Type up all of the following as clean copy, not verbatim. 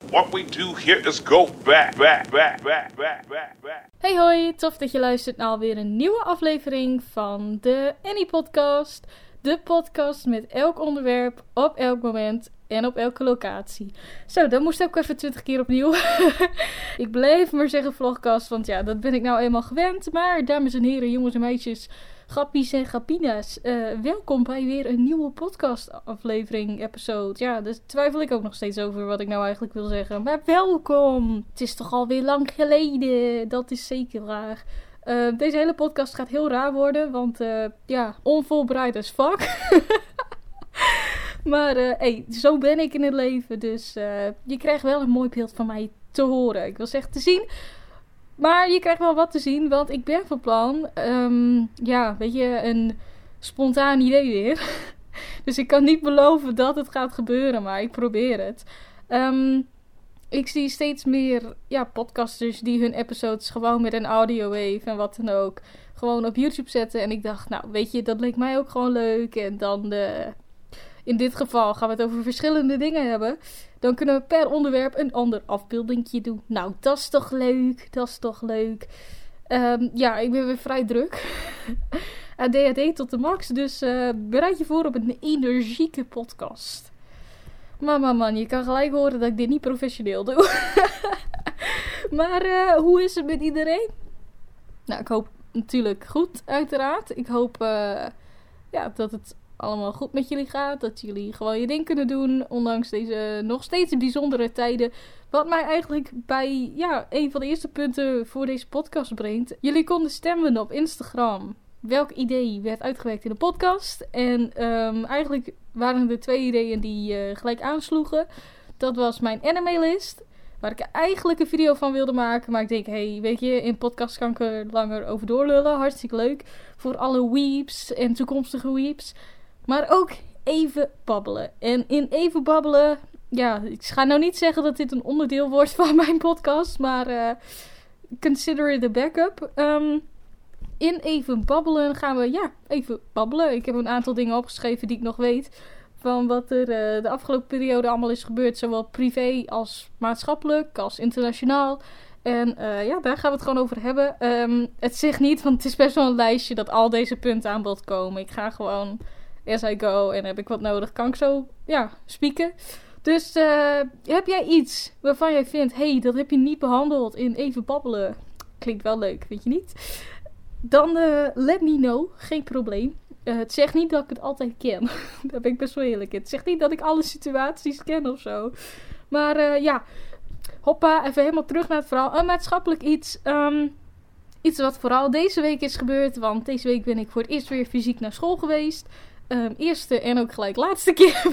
What we do here is go back. Hey hoi, tof dat je luistert naar alweer een nieuwe aflevering van de Annie Podcast. De podcast met elk onderwerp, op elk moment en op elke locatie. Zo, dat moest ook even 20 keer opnieuw. Ik bleef maar zeggen vlogcast, want ja, dat ben ik nou eenmaal gewend. Maar dames en heren, jongens en meisjes, grappies en grappina's, welkom bij weer een nieuwe podcast aflevering, episode. Ja, daar twijfel ik ook nog steeds over wat ik nou eigenlijk wil zeggen. Maar welkom! Het is toch alweer lang geleden, dat is zeker waar. Deze hele podcast gaat heel raar worden, want ja, onvoorbereid as fuck. Maar hey, zo ben ik in het leven, dus je krijgt wel een mooi beeld van mij te horen. Ik wil zeggen te zien, maar je krijgt wel wat te zien, want ik ben van plan, ja, weet je, een spontaan idee weer. Dus ik kan niet beloven dat het gaat gebeuren, maar ik probeer het. Ik zie steeds meer podcasters die hun episodes gewoon met een audiowave en wat dan ook gewoon op YouTube zetten. En ik dacht, nou weet je, dat leek mij ook gewoon leuk. En dan in dit geval gaan we het over verschillende dingen hebben. Dan kunnen we per onderwerp een ander afbeeldingje doen. Nou, dat is toch leuk, dat is toch leuk. Ja, ik ben weer vrij druk. ADHD tot de max, dus bereid je voor op een energieke podcast. Man, je kan gelijk horen dat ik dit niet professioneel doe. Maar hoe is het met iedereen? Nou, ik hoop natuurlijk goed, uiteraard. Ik hoop dat het allemaal goed met jullie gaat. Dat jullie gewoon je ding kunnen doen, ondanks deze nog steeds bijzondere tijden. Wat mij eigenlijk bij een van de eerste punten voor deze podcast brengt. Jullie konden stemmen op Instagram. Welk idee werd uitgewerkt in de podcast? En eigenlijk waren er 2 ideeën die gelijk aansloegen. Dat was mijn anime-list, waar ik eigenlijk een video van wilde maken. Maar ik denk, weet je, in podcast kan ik er langer over doorlullen. Hartstikke leuk. Voor alle weeps en toekomstige weeps. Maar ook even babbelen. En in even babbelen, ja, ik ga nou niet zeggen dat dit een onderdeel wordt van mijn podcast. Maar consider it a backup. In even babbelen gaan we, even babbelen. Ik heb een aantal dingen opgeschreven die ik nog weet. Van wat er de afgelopen periode allemaal is gebeurd. Zowel privé als maatschappelijk, als internationaal. En daar gaan we het gewoon over hebben. Het zegt niet, want het is best wel een lijstje dat al deze punten aan bod komen. Ik ga gewoon as I go en heb ik wat nodig, kan ik zo, spieken. Dus heb jij iets waarvan jij vindt, dat heb je niet behandeld in even babbelen. Klinkt wel leuk, vind je niet? Dan let me know, geen probleem. Het zegt niet dat ik het altijd ken. Daar ben ik best wel eerlijk in. Het zegt niet dat ik alle situaties ken of zo. Maar hoppa, even helemaal terug naar het verhaal. Maatschappelijk iets. Iets wat vooral deze week is gebeurd. Want deze week ben ik voor het eerst weer fysiek naar school geweest. Eerste en ook gelijk laatste keer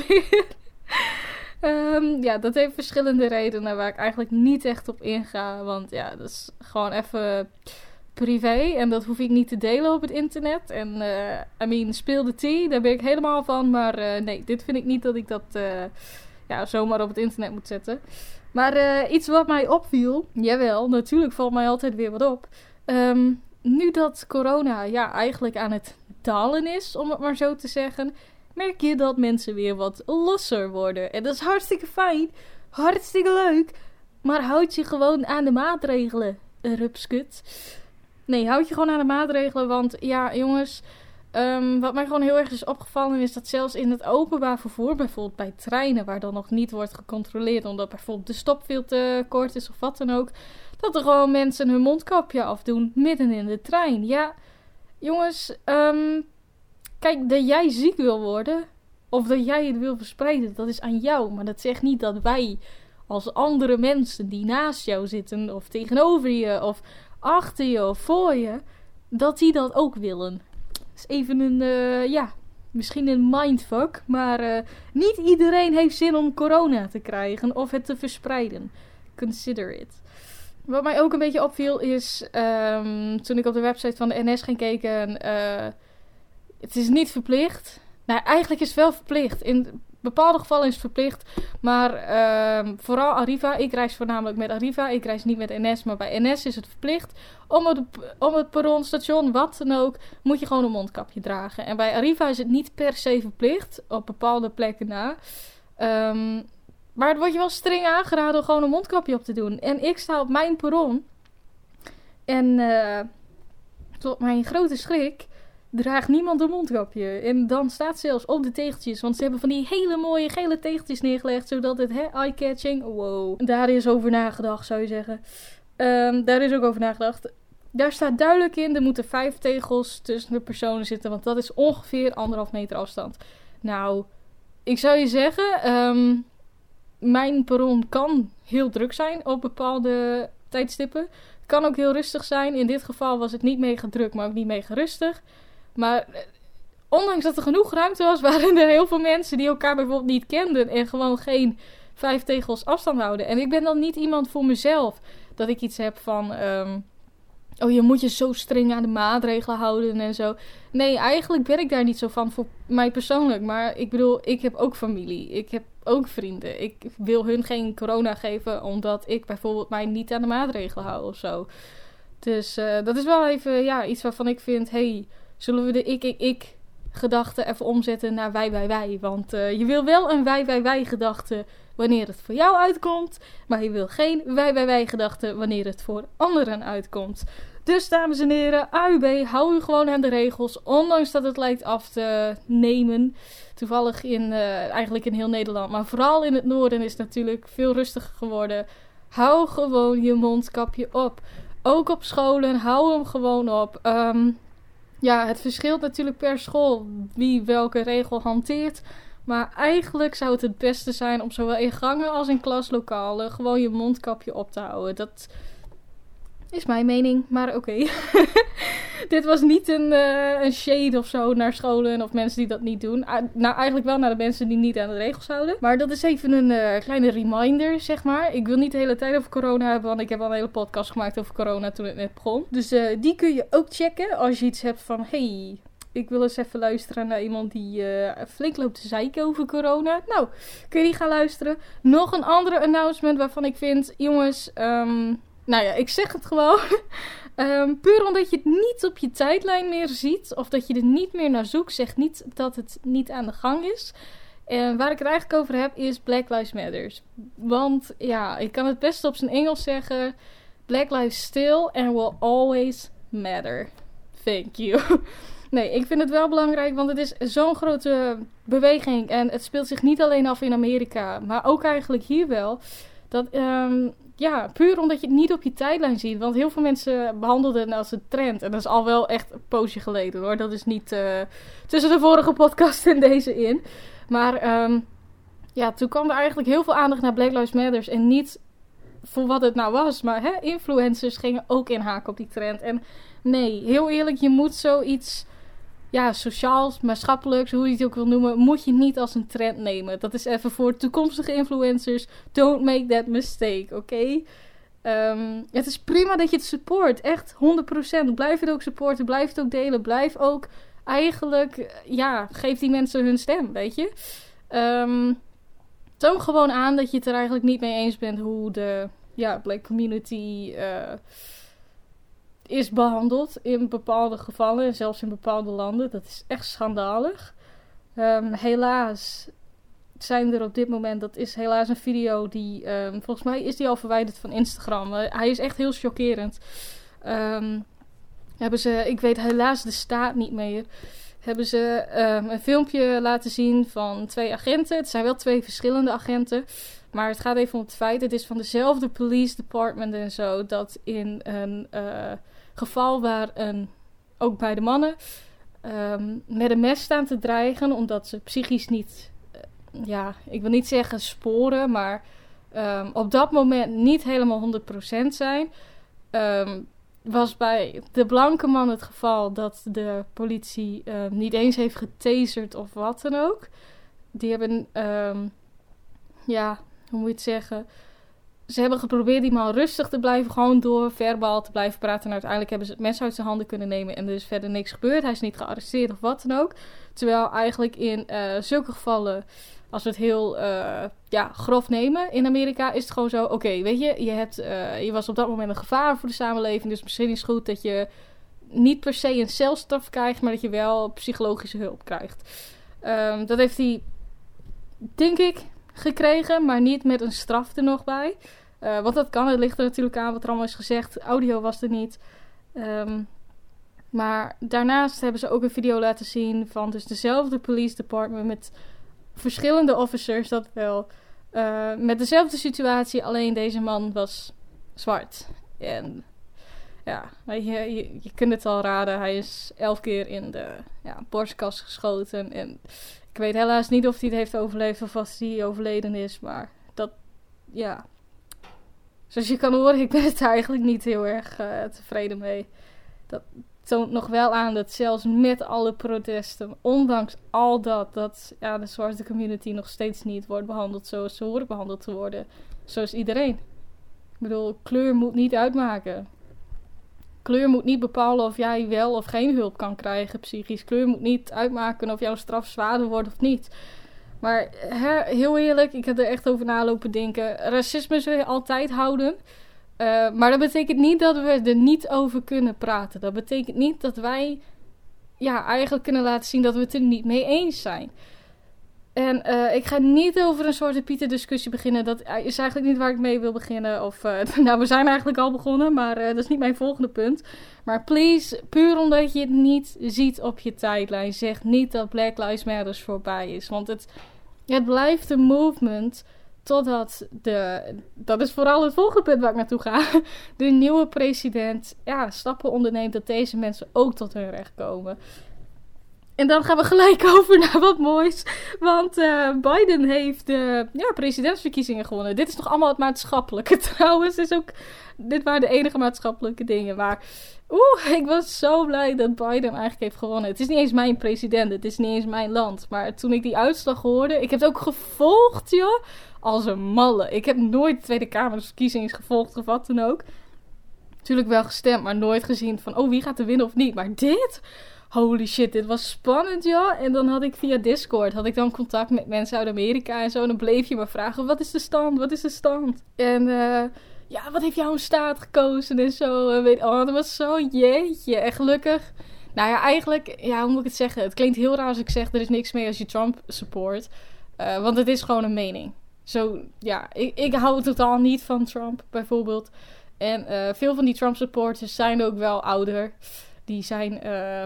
weer. Dat heeft verschillende redenen waar ik eigenlijk niet echt op inga. Want dat is gewoon even privé en dat hoef ik niet te delen op het internet. En speel de tea, daar ben ik helemaal van. Maar nee, dit vind ik niet dat ik dat zomaar op het internet moet zetten. Maar iets wat mij opviel, jawel, natuurlijk valt mij altijd weer wat op. Nu dat corona eigenlijk aan het dalen is, om het maar zo te zeggen, merk je dat mensen weer wat losser worden. En dat is hartstikke fijn, hartstikke leuk, maar houd je gewoon aan de maatregelen, rupskut. Nee, houd je gewoon aan de maatregelen, want jongens, wat mij gewoon heel erg is opgevallen is dat zelfs in het openbaar vervoer, bijvoorbeeld bij treinen, waar dan nog niet wordt gecontroleerd, omdat bijvoorbeeld de stop veel te kort is of wat dan ook, dat er gewoon mensen hun mondkapje afdoen midden in de trein. Ja, jongens, kijk, dat jij ziek wil worden, of dat jij het wil verspreiden, dat is aan jou, maar dat zegt niet dat wij als andere mensen die naast jou zitten, of tegenover je, of achter je of voor je, dat die dat ook willen. Dat is even een, misschien een mindfuck, maar niet iedereen heeft zin om corona te krijgen of het te verspreiden. Consider it. Wat mij ook een beetje opviel is, toen ik op de website van de NS ging kijken, het is niet verplicht. Nou, eigenlijk is het wel verplicht. In bepaalde gevallen is het verplicht. Maar vooral Arriva. Ik reis voornamelijk met Arriva. Ik reis niet met NS. Maar bij NS is het verplicht. Om het perronstation, wat dan ook, moet je gewoon een mondkapje dragen. En bij Arriva is het niet per se verplicht. Op bepaalde plekken na. Maar het wordt je wel streng aangeraden om gewoon een mondkapje op te doen. En ik sta op mijn perron. En tot mijn grote schrik draagt niemand een mondkapje. En dan staat zelfs op de tegeltjes. Want ze hebben van die hele mooie gele tegeltjes neergelegd. Zodat het eye-catching. Wow. Daar is over nagedacht, zou je zeggen. Daar is ook over nagedacht. Daar staat duidelijk in. Er moeten 5 tegels tussen de personen zitten. Want dat is ongeveer 1,5 meter afstand. Nou, ik zou je zeggen. Mijn perron kan heel druk zijn op bepaalde tijdstippen. Het kan ook heel rustig zijn. In dit geval was het niet mega druk, maar ook niet mega rustig. Maar ondanks dat er genoeg ruimte was, waren er heel veel mensen die elkaar bijvoorbeeld niet kenden. En gewoon geen 5 tegels afstand houden. En ik ben dan niet iemand voor mezelf dat ik iets heb van... je moet je zo streng aan de maatregelen houden en zo. Nee, eigenlijk ben ik daar niet zo van voor mij persoonlijk. Maar ik bedoel, ik heb ook familie. Ik heb ook vrienden. Ik wil hun geen corona geven omdat ik bijvoorbeeld mij niet aan de maatregelen hou of zo. Dus dat is wel even iets waarvan ik vind... zullen we de ik gedachte even omzetten naar wij. Want je wil wel een wij gedachte wanneer het voor jou uitkomt. Maar je wil geen wij gedachte wanneer het voor anderen uitkomt. Dus dames en heren, AUB, hou u gewoon aan de regels. Ondanks dat het lijkt af te nemen. Toevallig eigenlijk in heel Nederland. Maar vooral in het noorden is het natuurlijk veel rustiger geworden. Hou gewoon je mondkapje op. Ook op scholen, hou hem gewoon op. Het verschilt natuurlijk per school wie welke regel hanteert. Maar eigenlijk zou het het beste zijn om zowel in gangen als in klaslokalen gewoon je mondkapje op te houden. Dat is mijn mening, maar oké. Dit was niet een shade of zo naar scholen of mensen die dat niet doen. Nou, eigenlijk wel naar de mensen die niet aan de regels houden. Maar dat is even een kleine reminder, zeg maar. Ik wil niet de hele tijd over corona hebben, want ik heb al een hele podcast gemaakt over corona toen het net begon. Dus die kun je ook checken als je iets hebt van... Ik wil eens even luisteren naar iemand die flink loopt te zeiken over corona. Nou, kun je die gaan luisteren. Nog een andere announcement waarvan ik vind... Jongens, ik zeg het gewoon. Puur omdat je het niet op je tijdlijn meer ziet. Of dat je er niet meer naar zoekt. Zegt niet dat het niet aan de gang is. En waar ik het eigenlijk over heb is Black Lives Matter. Want ik kan het best op zijn Engels zeggen. Black lives still and will always matter. Thank you. Nee, ik vind het wel belangrijk, want het is zo'n grote beweging. En het speelt zich niet alleen af in Amerika, maar ook eigenlijk hier wel. Dat, puur omdat je het niet op je tijdlijn ziet. Want heel veel mensen behandelden het als een trend. En dat is al wel echt een poosje geleden, hoor. Dat is niet tussen de vorige podcast en deze in. Maar toen kwam er eigenlijk heel veel aandacht naar Black Lives Matter. En niet voor wat het nou was. Maar influencers gingen ook inhaken op die trend. En nee, heel eerlijk, je moet zoiets... sociaals, maatschappelijks, hoe je het ook wil noemen, moet je niet als een trend nemen. Dat is even voor toekomstige influencers. Don't make that mistake, oké? Het is prima dat je het support. Echt, 100%. Blijf het ook supporten, blijf het ook delen, blijf ook eigenlijk, geef die mensen hun stem, weet je? Toon gewoon aan dat je het er eigenlijk niet mee eens bent hoe de black community... is behandeld in bepaalde gevallen en zelfs in bepaalde landen. Dat is echt schandalig. Helaas zijn er op dit moment, dat is helaas een video die, volgens mij is die al verwijderd van Instagram. Hij is echt heel chockerend. Hebben ze, ik weet helaas de staat niet meer, hebben ze een filmpje laten zien van 2 agenten. Het zijn wel 2 verschillende agenten. Maar het gaat even om het feit, het is van dezelfde police department en zo, dat in een geval waar ook bij de mannen met een mes staan te dreigen, omdat ze psychisch niet, ik wil niet zeggen sporen, maar op dat moment niet helemaal 100% zijn, was bij de blanke man het geval dat de politie niet eens heeft getaserd of wat dan ook. Die hebben, hoe moet je het zeggen... Ze hebben geprobeerd die man rustig te blijven, gewoon door verbaal te blijven praten. En uiteindelijk hebben ze het mes uit zijn handen kunnen nemen en er is verder niks gebeurd. Hij is niet gearresteerd of wat dan ook. Terwijl eigenlijk in zulke gevallen, als we het heel grof nemen in Amerika, is het gewoon zo, oké, weet je, je was op dat moment een gevaar voor de samenleving. Dus misschien is het goed dat je niet per se een celstraf krijgt, maar dat je wel psychologische hulp krijgt. Dat heeft hij, denk ik, gekregen, maar niet met een straf er nog bij. Want dat kan, het ligt er natuurlijk aan wat er allemaal is gezegd. Audio was er niet. Maar daarnaast hebben ze ook een video laten zien van dus dezelfde police department met verschillende officers, dat wel. Met dezelfde situatie, alleen deze man was zwart. En ja, je kunt het al raden. Hij is 11 keer in de borstkas geschoten. En ik weet helaas niet of hij het heeft overleefd of of hij overleden is. Maar dat, ja. Zoals je kan horen, ik ben het eigenlijk niet heel erg tevreden mee. Dat toont nog wel aan dat zelfs met alle protesten, ondanks al dat de zwarte community nog steeds niet wordt behandeld zoals ze horen behandeld te worden. Zoals iedereen. Ik bedoel, kleur moet niet uitmaken. Kleur moet niet bepalen of jij wel of geen hulp kan krijgen psychisch. Kleur moet niet uitmaken of jouw straf zwaarder wordt of niet. Maar heel eerlijk, ik heb er echt over nalopen denken. Racisme zul je altijd houden. Maar dat betekent niet dat we er niet over kunnen praten. Dat betekent niet dat wij eigenlijk kunnen laten zien dat we het er niet mee eens zijn. En ik ga niet over een Zwarte Pieter discussie beginnen. Dat is eigenlijk niet waar ik mee wil beginnen. Of, we zijn eigenlijk al begonnen, maar dat is niet mijn volgende punt. Maar please, puur omdat je het niet ziet op je tijdlijn, zeg niet dat Black Lives Matter voorbij is. Want het blijft een movement totdat dat is vooral het volgende punt waar ik naartoe ga, de nieuwe president stappen onderneemt dat deze mensen ook tot hun recht komen. En dan gaan we gelijk over naar wat moois. Want Biden heeft de presidentsverkiezingen gewonnen. Dit is nog allemaal het maatschappelijke trouwens. Dit waren de enige maatschappelijke dingen. Maar ik was zo blij dat Biden eigenlijk heeft gewonnen. Het is niet eens mijn president. Het is niet eens mijn land. Maar toen ik die uitslag hoorde. Ik heb het ook gevolgd, joh. Als een malle. Ik heb nooit de Tweede Kamerverkiezingen gevolgd of wat dan ook. Natuurlijk wel gestemd, maar nooit gezien van wie gaat er winnen of niet. Maar dit... Holy shit, dit was spannend, joh. En dan had ik via Discord dan contact met mensen uit Amerika en zo. En dan bleef je me vragen, wat is de stand? Wat is de stand? En wat heeft jouw staat gekozen en zo. Dat was zo, jeetje. En gelukkig. Nou ja, eigenlijk, hoe moet ik het zeggen? Het klinkt heel raar als ik zeg, er is niks mee als je Trump support. Want het is gewoon een mening. Zo, ik hou totaal niet van Trump, bijvoorbeeld. En veel van die Trump supporters zijn ook wel ouder. Die zijn...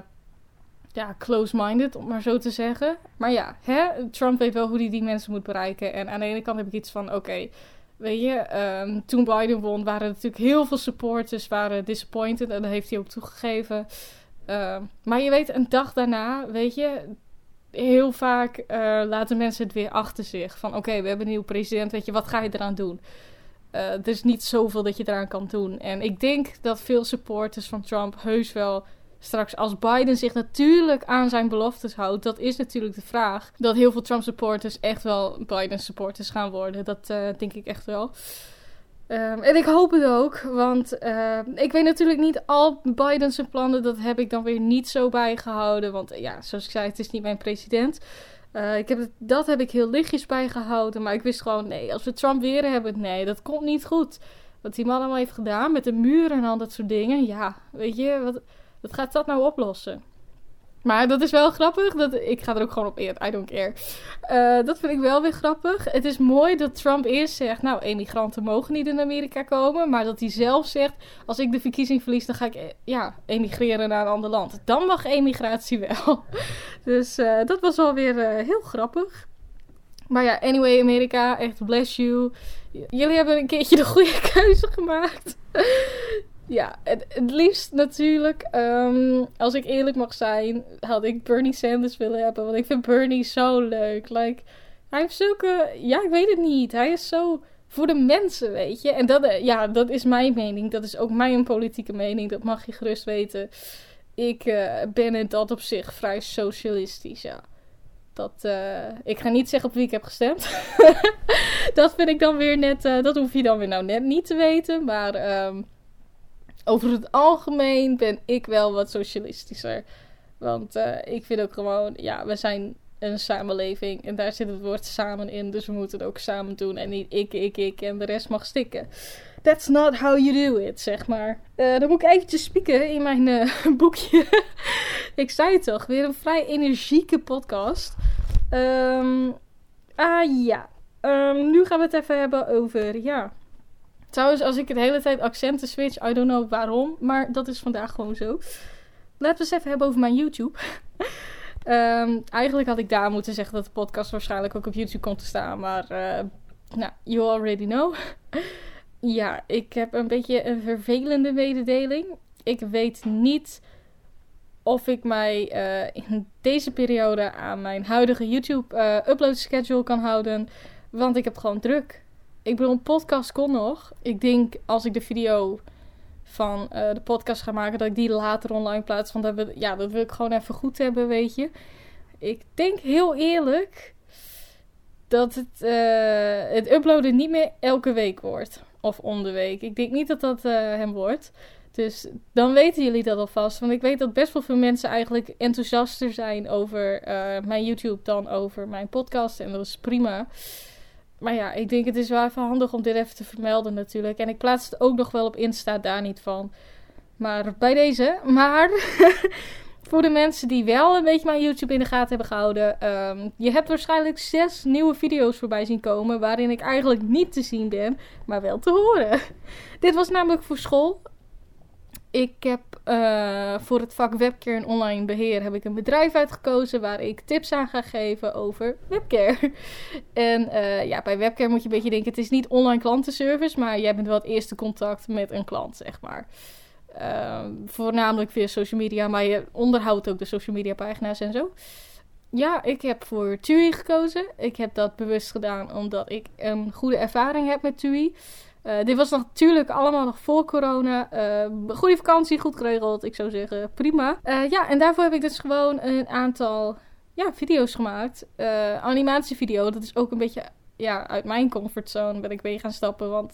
close-minded, om maar zo te zeggen. Maar Trump weet wel hoe hij die mensen moet bereiken. En aan de ene kant heb ik iets van, weet je, toen Biden won, waren er natuurlijk heel veel supporters waren disappointed. En dat heeft hij ook toegegeven. Maar je weet, een dag daarna, weet je, heel vaak laten mensen het weer achter zich. Van we hebben een nieuwe president, weet je, wat ga je eraan doen? Er is niet zoveel dat je eraan kan doen. En ik denk dat veel supporters van Trump heus wel... Straks als Biden zich natuurlijk aan zijn beloftes houdt, dat is natuurlijk de vraag. Dat heel veel Trump supporters echt wel Biden supporters gaan worden. Dat denk ik echt wel. En ik hoop het ook. Want ik weet natuurlijk niet al Biden's plannen. Dat heb ik dan weer niet zo bijgehouden. Want zoals ik zei, het is niet mijn president. Dat heb ik heel lichtjes bijgehouden. Maar ik wist gewoon, nee, als we Trump weer hebben, nee, dat komt niet goed. Wat die man allemaal heeft gedaan met de muren en al dat soort dingen. Ja, weet je, wat gaat dat nou oplossen? Maar dat is wel grappig. Ik ga er ook gewoon op in. I don't care. Dat vind ik wel weer grappig. Het is mooi dat Trump eerst zegt... emigranten mogen niet in Amerika komen. Maar dat hij zelf zegt... als ik de verkiezing verlies... dan ga ik emigreren naar een ander land. Dan mag emigratie wel. Dus dat was wel weer heel grappig. Maar anyway, Amerika. Echt bless you. Jullie hebben een keertje de goede keuze gemaakt. Ja, het liefst natuurlijk, als ik eerlijk mag zijn, had ik Bernie Sanders willen hebben. Want ik vind Bernie zo leuk. Like, hij heeft zulke, ik weet het niet. Hij is zo voor de mensen, weet je. En dat is mijn mening. Dat is ook mijn politieke mening. Dat mag je gerust weten. Ik ben in dat op zich vrij socialistisch, ja. Ik ga niet zeggen op wie ik heb gestemd. Dat vind ik dan weer net, dat hoef je dan weer nou net niet te weten. Maar... over het algemeen ben ik wel wat socialistischer. Want ik vind ook gewoon... we zijn een samenleving. En daar zit het woord samen in. Dus we moeten het ook samen doen. En niet ik en de rest mag stikken. That's not how you do it, zeg maar. Dan moet ik eventjes spieken in mijn boekje. Ik zei het toch. Weer een vrij energieke podcast. Nu gaan we het even hebben over, ja... Trouwens, als ik de hele tijd accenten switch, I don't know waarom. Maar dat is vandaag gewoon zo. Laten we eens even hebben over mijn YouTube. Eigenlijk had ik daar moeten zeggen dat de podcast waarschijnlijk ook op YouTube komt te staan. Maar, you already know. Ja, ik heb een beetje een vervelende mededeling. Ik weet niet of ik mij in deze periode aan mijn huidige YouTube upload schedule kan houden. Want ik heb gewoon druk. Ik bedoel, een podcast kon nog. Ik denk als ik de video van de podcast ga maken, dat ik die later online plaats. Want dat wil ik gewoon even goed hebben, weet je. Ik denk heel eerlijk dat het uploaden niet meer elke week wordt. Of om de week. Ik denk niet dat dat hem wordt. Dus dan weten jullie dat alvast. Want ik weet dat best wel veel mensen eigenlijk enthousiaster zijn over mijn YouTube dan over mijn podcast. En dat is prima. Maar ja, ik denk het is wel even handig om dit even te vermelden natuurlijk. En ik plaats het ook nog wel op Insta, daar niet van. Maar bij deze. Maar voor de mensen die wel een beetje mijn YouTube in de gaten hebben gehouden. Je hebt waarschijnlijk 6 nieuwe video's voorbij zien komen. Waarin ik eigenlijk niet te zien ben, maar wel te horen. Dit was namelijk voor school. Ik heb voor het vak webcare en online beheer heb ik een bedrijf uitgekozen waar ik tips aan ga geven over webcare. En bij webcare moet je een beetje denken, het is niet online klantenservice, maar jij bent wel het eerste contact met een klant, zeg maar. Voornamelijk via social media, maar je onderhoudt ook de social media pagina's en zo. Ja, ik heb voor TUI gekozen. Ik heb dat bewust gedaan omdat ik een goede ervaring heb met TUI. Dit was natuurlijk allemaal nog voor corona. Goede vakantie, goed geregeld. Ik zou zeggen, prima. En daarvoor heb ik dus gewoon een aantal video's gemaakt. Animatievideo, dat is ook een beetje uit mijn comfortzone ben ik mee gaan stappen. Want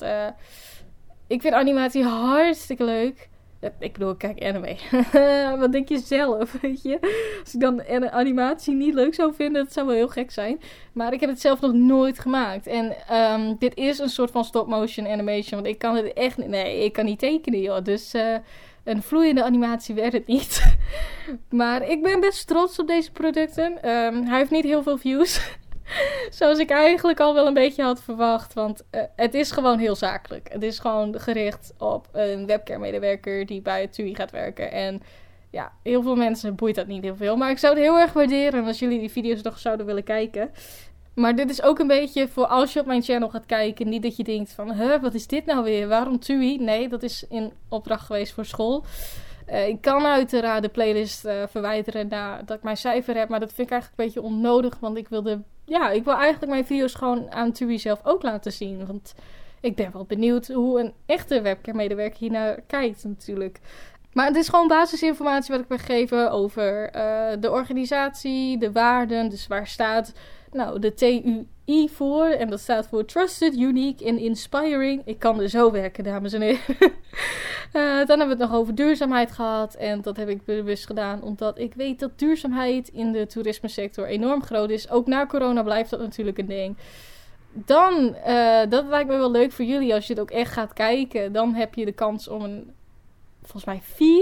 ik vind animatie hartstikke leuk. Ik bedoel, ik kijk anime. Wat denk je zelf, weet je? Als ik dan een animatie niet leuk zou vinden, dat zou wel heel gek zijn. Maar ik heb het zelf nog nooit gemaakt. En dit is een soort van stop-motion animation. Want ik kan het echt niet... Nee, ik kan niet tekenen, joh. Dus een vloeiende animatie werd het niet. Maar ik ben best trots op deze producten. Hij heeft niet heel veel views. Zoals ik eigenlijk al wel een beetje had verwacht. Want het is gewoon heel zakelijk. Het is gewoon gericht op een webcare-medewerker die bij het TUI gaat werken. En ja, heel veel mensen boeit dat niet heel veel. Maar ik zou het heel erg waarderen als jullie die video's nog zouden willen kijken. Maar dit is ook een beetje voor als je op mijn channel gaat kijken. Niet dat je denkt van, wat is dit nou weer? Waarom TUI? Nee, dat is in opdracht geweest voor school. Ik kan uiteraard de playlist verwijderen nadat ik mijn cijfer heb. Maar dat vind ik eigenlijk een beetje onnodig. Want ik wil eigenlijk mijn video's gewoon aan TUI zelf ook laten zien. Want ik ben wel benieuwd hoe een echte webcam-medewerker hier naar kijkt natuurlijk. Maar het is gewoon basisinformatie wat ik wil geven over de organisatie, de waarden. Dus waar staat de TUI voor? En dat staat voor Trusted, Unique and Inspiring. Ik kan er zo werken, dames en heren. Dan hebben we het nog over duurzaamheid gehad. En dat heb ik bewust gedaan, omdat ik weet dat duurzaamheid in de toerismesector enorm groot is. Ook na corona blijft dat natuurlijk een ding. Dan, dat lijkt me wel leuk voor jullie als je het ook echt gaat kijken. Dan heb je de kans om volgens mij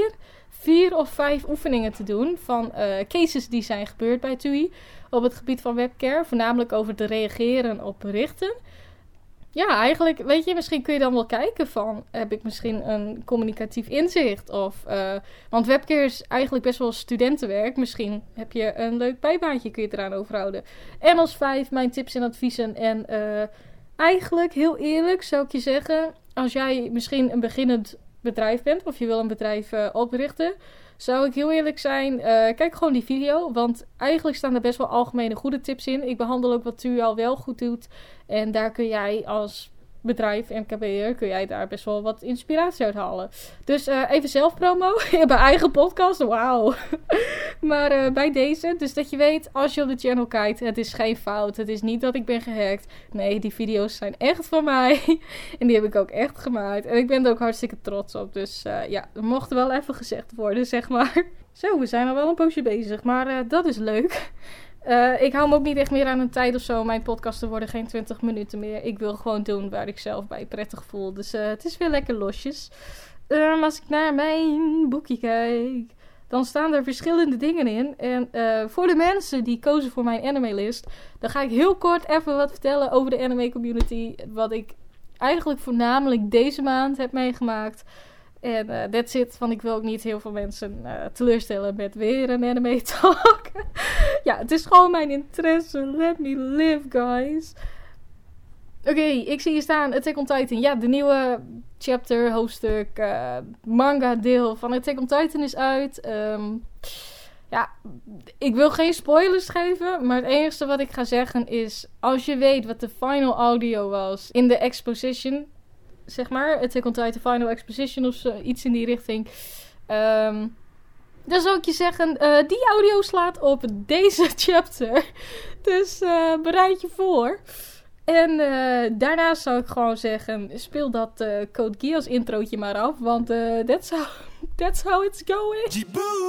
4 of 5 oefeningen te doen van cases die zijn gebeurd bij TUI op het gebied van webcare. Voornamelijk over te reageren op berichten. Ja, eigenlijk, weet je, misschien kun je dan wel kijken van, heb ik misschien een communicatief inzicht? Want webcare is eigenlijk best wel studentenwerk. Misschien heb je een leuk bijbaantje, kun je het eraan overhouden. En als 5, mijn tips en adviezen. En eigenlijk, heel eerlijk, zou ik je zeggen, als jij misschien een beginnend bedrijf bent, of je wil een bedrijf oprichten, zou ik heel eerlijk zijn, kijk gewoon die video, want eigenlijk staan er best wel algemene goede tips in. Ik behandel ook wat TUI al wel goed doet en daar kun jij als bedrijf, MKB'er, kun jij daar best wel wat inspiratie uit halen. Dus even zelfpromo, bij eigen podcast, wauw. Maar bij deze, dus dat je weet, als je op de channel kijkt, het is geen fout. Het is niet dat ik ben gehackt. Nee, die video's zijn echt van mij. En die heb ik ook echt gemaakt. En ik ben er ook hartstikke trots op. Dus dat mocht wel even gezegd worden, zeg maar. Zo, we zijn al wel een poosje bezig, maar dat is leuk. Ik hou me ook niet echt meer aan een tijd of zo. Mijn podcasten worden geen 20 minuten meer. Ik wil gewoon doen waar ik zelf bij prettig voel. Dus het is weer lekker losjes. Als ik naar mijn boekje kijk, dan staan er verschillende dingen in. En voor de mensen die kozen voor mijn anime-list, dan ga ik heel kort even wat vertellen over de anime-community. Wat ik eigenlijk voornamelijk deze maand heb meegemaakt. En that's it, want ik wil ook niet heel veel mensen teleurstellen met weer een anime-talk. Ja, het is gewoon mijn interesse. Let me live, guys. Oké, ik zie hier staan Attack on Titan. Ja, de nieuwe chapter, hoofdstuk, manga deel van Attack on Titan is uit. Ja, ik wil geen spoilers geven, maar het enige wat ik ga zeggen is, als je weet wat de final audio was in de exposition, zeg maar, Attack on Titan Final Exposition of zo, iets in die richting, dan zou ik je zeggen, die audio slaat op deze chapter. Dus bereid je voor. En daarnaast zou ik gewoon zeggen, speel dat Code Geass introotje maar af, want that's how it's going.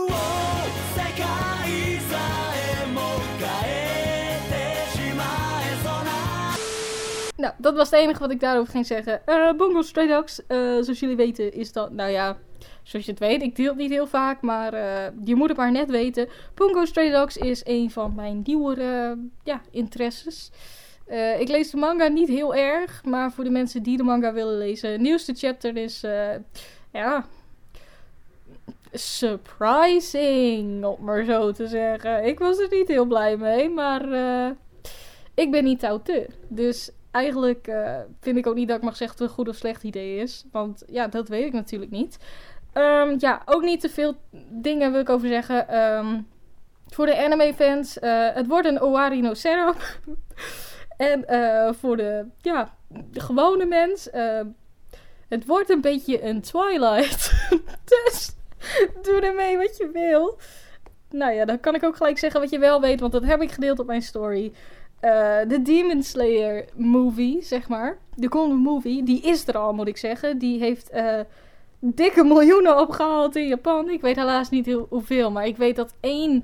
Nou, dat was het enige wat ik daarover ging zeggen. Bungo Stray Dogs, zoals jullie weten is dat, nou ja, zoals je het weet, ik deel het niet heel vaak, maar je moet het maar net weten. Bungo Stray Dogs is een van mijn nieuwere interesses. Ik lees de manga niet heel erg, maar voor de mensen die de manga willen lezen, het nieuwste chapter is, surprising, om maar zo te zeggen. Ik was er niet heel blij mee, maar ik ben niet de auteur. Dus eigenlijk vind ik ook niet dat ik mag zeggen dat het een goed of slecht idee is. Want ja, dat weet ik natuurlijk niet. Ook niet te veel dingen wil ik over zeggen. Voor de anime fans, het wordt een Owari no Setup. En voor de gewone mens, het wordt een beetje een Twilight. Dus doe ermee wat je wil. Nou ja, dan kan ik ook gelijk zeggen wat je wel weet, want dat heb ik gedeeld op mijn story. De Demon Slayer movie, zeg maar. De komende movie, die is er al, moet ik zeggen. Die heeft dikke miljoenen opgehaald in Japan. Ik weet helaas niet hoeveel, maar ik weet dat één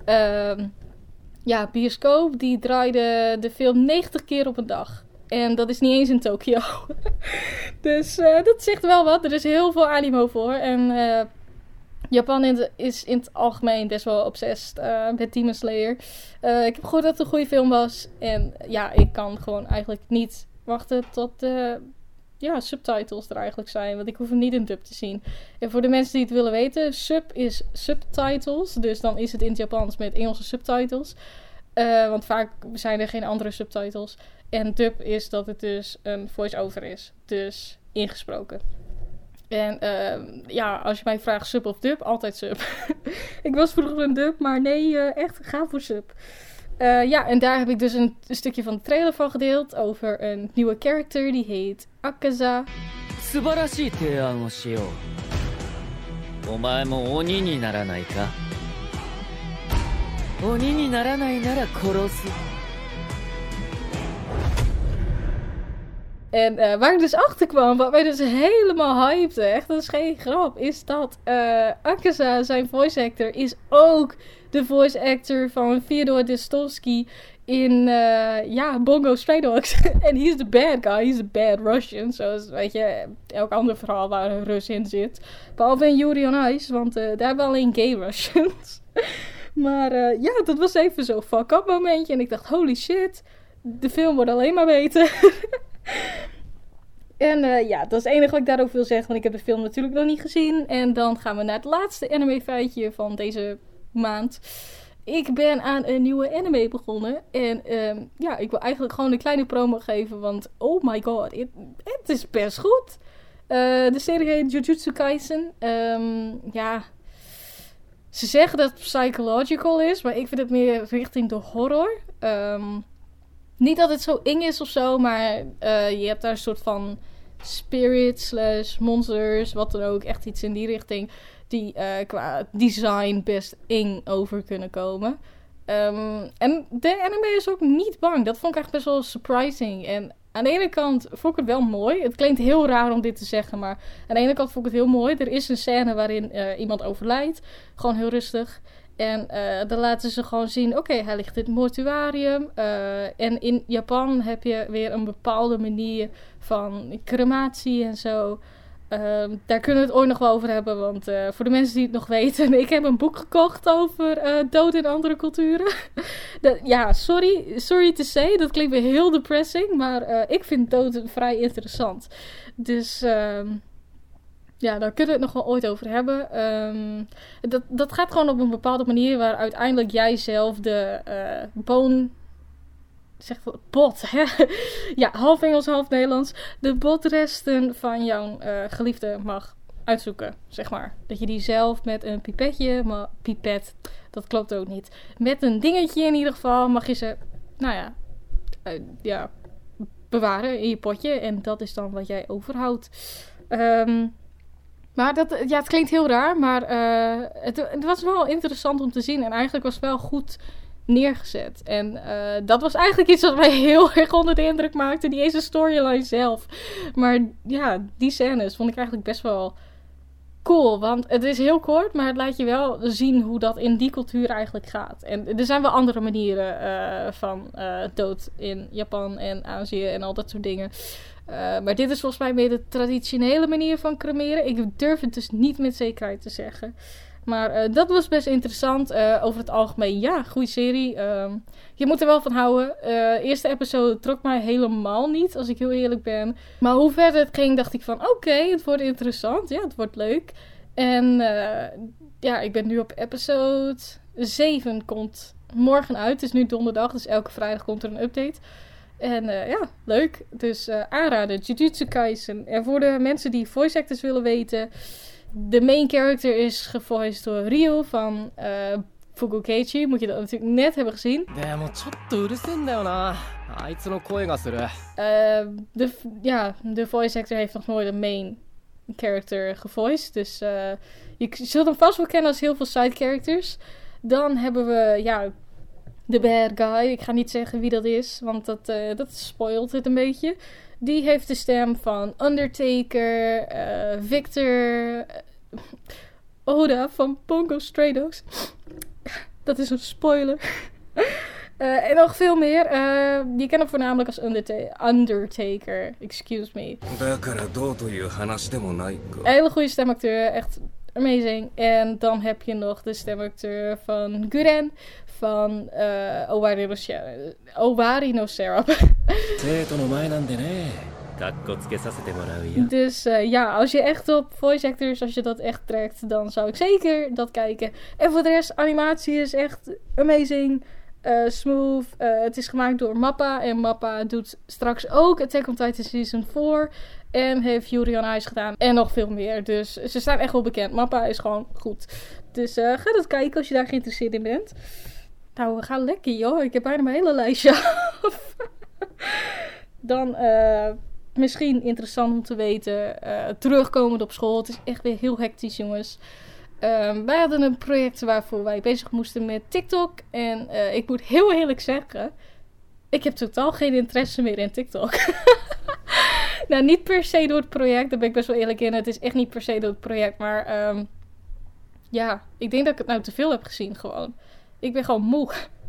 bioscoop, die draaide de film 90 keer op een dag. En dat is niet eens in Tokio. Dus dat zegt wel wat. Er is heel veel animo voor. En Japan is in het algemeen best wel obsessed met Demon Slayer. Ik heb gehoord dat het een goede film was. En ja, ik kan gewoon eigenlijk niet wachten tot de subtitles er eigenlijk zijn. Want ik hoef hem niet in dub te zien. En voor de mensen die het willen weten, sub is subtitles. Dus dan is het in het Japans met Engelse subtitles. Want vaak zijn er geen andere subtitles. En dub is dat het dus een voice-over is. Dus ingesproken. En als je mij vraagt sub of dub, altijd sub. Ik was vroeger een dub, maar nee, echt, ga voor sub. En daar heb ik dus een stukje van de trailer van gedeeld over een nieuwe character, die heet Akaza. 素晴らしい提案をしよう。お前も鬼にならないか？鬼にならないなら殺す。 En waar ik dus achter kwam, wat mij dus helemaal hypte, echt, dat is geen grap, is dat Akaza, zijn voice actor, is ook de voice actor van Fyodor Dostoevsky in Bungo Stray Dogs. En he's the bad guy, he's the bad Russian, zoals, weet je, elk ander verhaal waar een Rus in zit. Behalve in Yuri on Ice, want daar hebben we alleen gay Russians. Maar dat was even zo'n fuck-up momentje en ik dacht, holy shit, de film wordt alleen maar beter. En dat is het enige wat ik daarover wil zeggen, want ik heb de film natuurlijk nog niet gezien. En dan gaan we naar het laatste anime feitje van deze maand. Ik ben aan een nieuwe anime begonnen. En ik wil eigenlijk gewoon een kleine promo geven, want oh my god, het is best goed. De serie heet Jujutsu Kaisen. Ze zeggen dat het psychological is, maar ik vind het meer richting de horror. Niet dat het zo eng is of zo, maar je hebt daar een soort van spirits / monsters, wat dan ook, echt iets in die richting, die qua design best eng over kunnen komen. En de anime is ook niet bang. Dat vond ik echt best wel surprising. En aan de ene kant vond ik het wel mooi. Het klinkt heel raar om dit te zeggen, maar aan de ene kant vond ik het heel mooi. Er is een scène waarin iemand overlijdt. Gewoon heel rustig. En dan laten ze gewoon zien, oké, hij ligt in het mortuarium. En in Japan heb je weer een bepaalde manier van crematie en zo. Daar kunnen we het ooit nog wel over hebben. Want voor de mensen die het nog weten. Ik heb een boek gekocht over dood in andere culturen. Sorry to say. Dat klinkt weer heel depressing. Maar ik vind dood vrij interessant. Dus daar kunnen we het nog wel ooit over hebben. Dat gaat gewoon op een bepaalde manier. Waar uiteindelijk jij zelf de bot, hè? Ja, half Engels, half Nederlands. De botresten van jouw geliefde mag uitzoeken, zeg maar. Dat je die zelf met een pipet, dat klopt ook niet. Met een dingetje in ieder geval mag je ze, bewaren in je potje. En dat is dan wat jij overhoudt. Maar het klinkt heel raar, maar het was wel interessant om te zien. En eigenlijk was het wel goed neergezet. En dat was eigenlijk iets wat mij heel erg onder de indruk maakte. Niet eens de storyline zelf. Maar ja, die scènes vond ik eigenlijk best wel cool. Want het is heel kort, maar het laat je wel zien hoe dat in die cultuur eigenlijk gaat. En er zijn wel andere manieren van dood in Japan en Azië en al dat soort dingen. Maar dit is volgens mij meer de traditionele manier van cremeren. Ik durf het dus niet met zekerheid te zeggen. Maar dat was best interessant. Over het algemeen, ja, goede serie. Je moet er wel van houden. Eerste episode trok mij helemaal niet, als ik heel eerlijk ben. Maar hoe verder het ging, dacht ik van oké, het wordt interessant. Ja, het wordt leuk. En ik ben nu op episode 7. Komt morgen uit. Het is nu donderdag, dus elke vrijdag komt er een update. En leuk. Dus aanraden, Jujutsu Kaisen. En voor de mensen die voice actors willen weten, de main character is gevoiced door Ryo van Fugokeiichi. Moet je dat natuurlijk net hebben gezien. De voice actor heeft nog nooit een main character gevoiced. Dus je zult hem vast wel kennen als heel veel side characters. Dan hebben we, de bad guy. Ik ga niet zeggen wie dat is, want dat spoilt het een beetje. Die heeft de stem van Undertaker, Victor, Oda van Bungo Stray Dogs. Dat is een spoiler. En nog veel meer. Je kent hem voornamelijk als Undertaker. Excuse me. Een hele goede stemacteur. Echt amazing. En dan heb je nog de stemacteur van Guren. Van Owari no Serap. Dus als je echt op voice actors, als je dat echt trekt, dan zou ik zeker dat kijken. En voor de rest, animatie is echt amazing. Smooth. Het is gemaakt door Mappa. En Mappa doet straks ook Attack on Titan Season 4. En heeft Yuri on Ice gedaan. En nog veel meer. Dus ze staan echt wel bekend. Mappa is gewoon goed. Dus ga dat kijken als je daar geïnteresseerd in bent. Nou, we gaan lekker, joh. Ik heb bijna mijn hele lijstje af. Dan misschien interessant om te weten. Terugkomend op school. Het is echt weer heel hectisch, jongens. Wij hadden een project waarvoor wij bezig moesten met TikTok. En ik moet heel eerlijk zeggen, ik heb totaal geen interesse meer in TikTok. Nou, niet per se door het project. Daar ben ik best wel eerlijk in. Het is echt niet per se door het project. Maar ik denk dat ik het nou te veel heb gezien gewoon. Ik ben gewoon moe.